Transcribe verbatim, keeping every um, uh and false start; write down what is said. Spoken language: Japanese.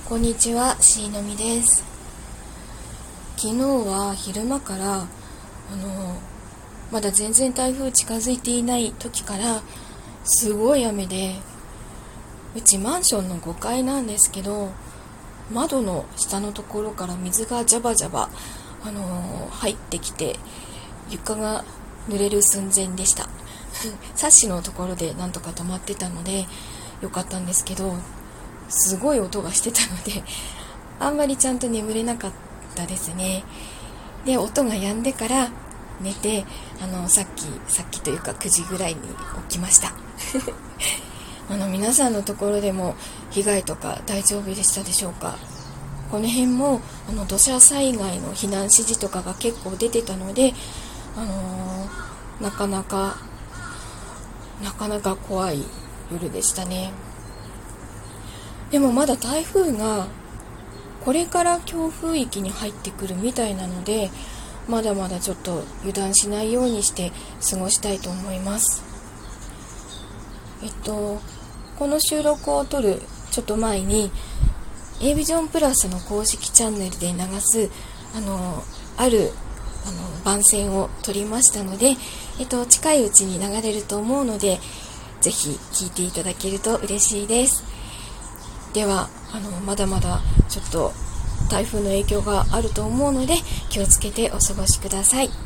こんにちは、しのみです。昨日は昼間からあのまだ全然台風近づいていない時からすごい雨で、うちマンションのごかいなんですけど、窓の下のところから水がジャバジャバ、あの入ってきて床が濡れる寸前でした。サッシのところでなんとか止まってたのでよかったんですけど、すごい音がしてたのであんまりちゃんと眠れなかったですね。で、音が止んでから寝て、あのさっきさっきというかくじぐらいに起きました。あの皆さんのところでも被害とか大丈夫でしたでしょうか。この辺もあの土砂災害の避難指示とかが結構出てたので、あのー、なかなかなかなか怖い夜でしたね。でもまだ台風がこれから強風域に入ってくるみたいなので、まだまだちょっと油断しないようにして過ごしたいと思います。えっとこの収録を撮るちょっと前に A ビジョンプラスの公式チャンネルで流すあのあるあの番宣を撮りましたので、えっと近いうちに流れると思うので、ぜひ聞いていただけると嬉しいです。ではあのまだまだちょっと台風の影響があると思うので気をつけてお過ごしください。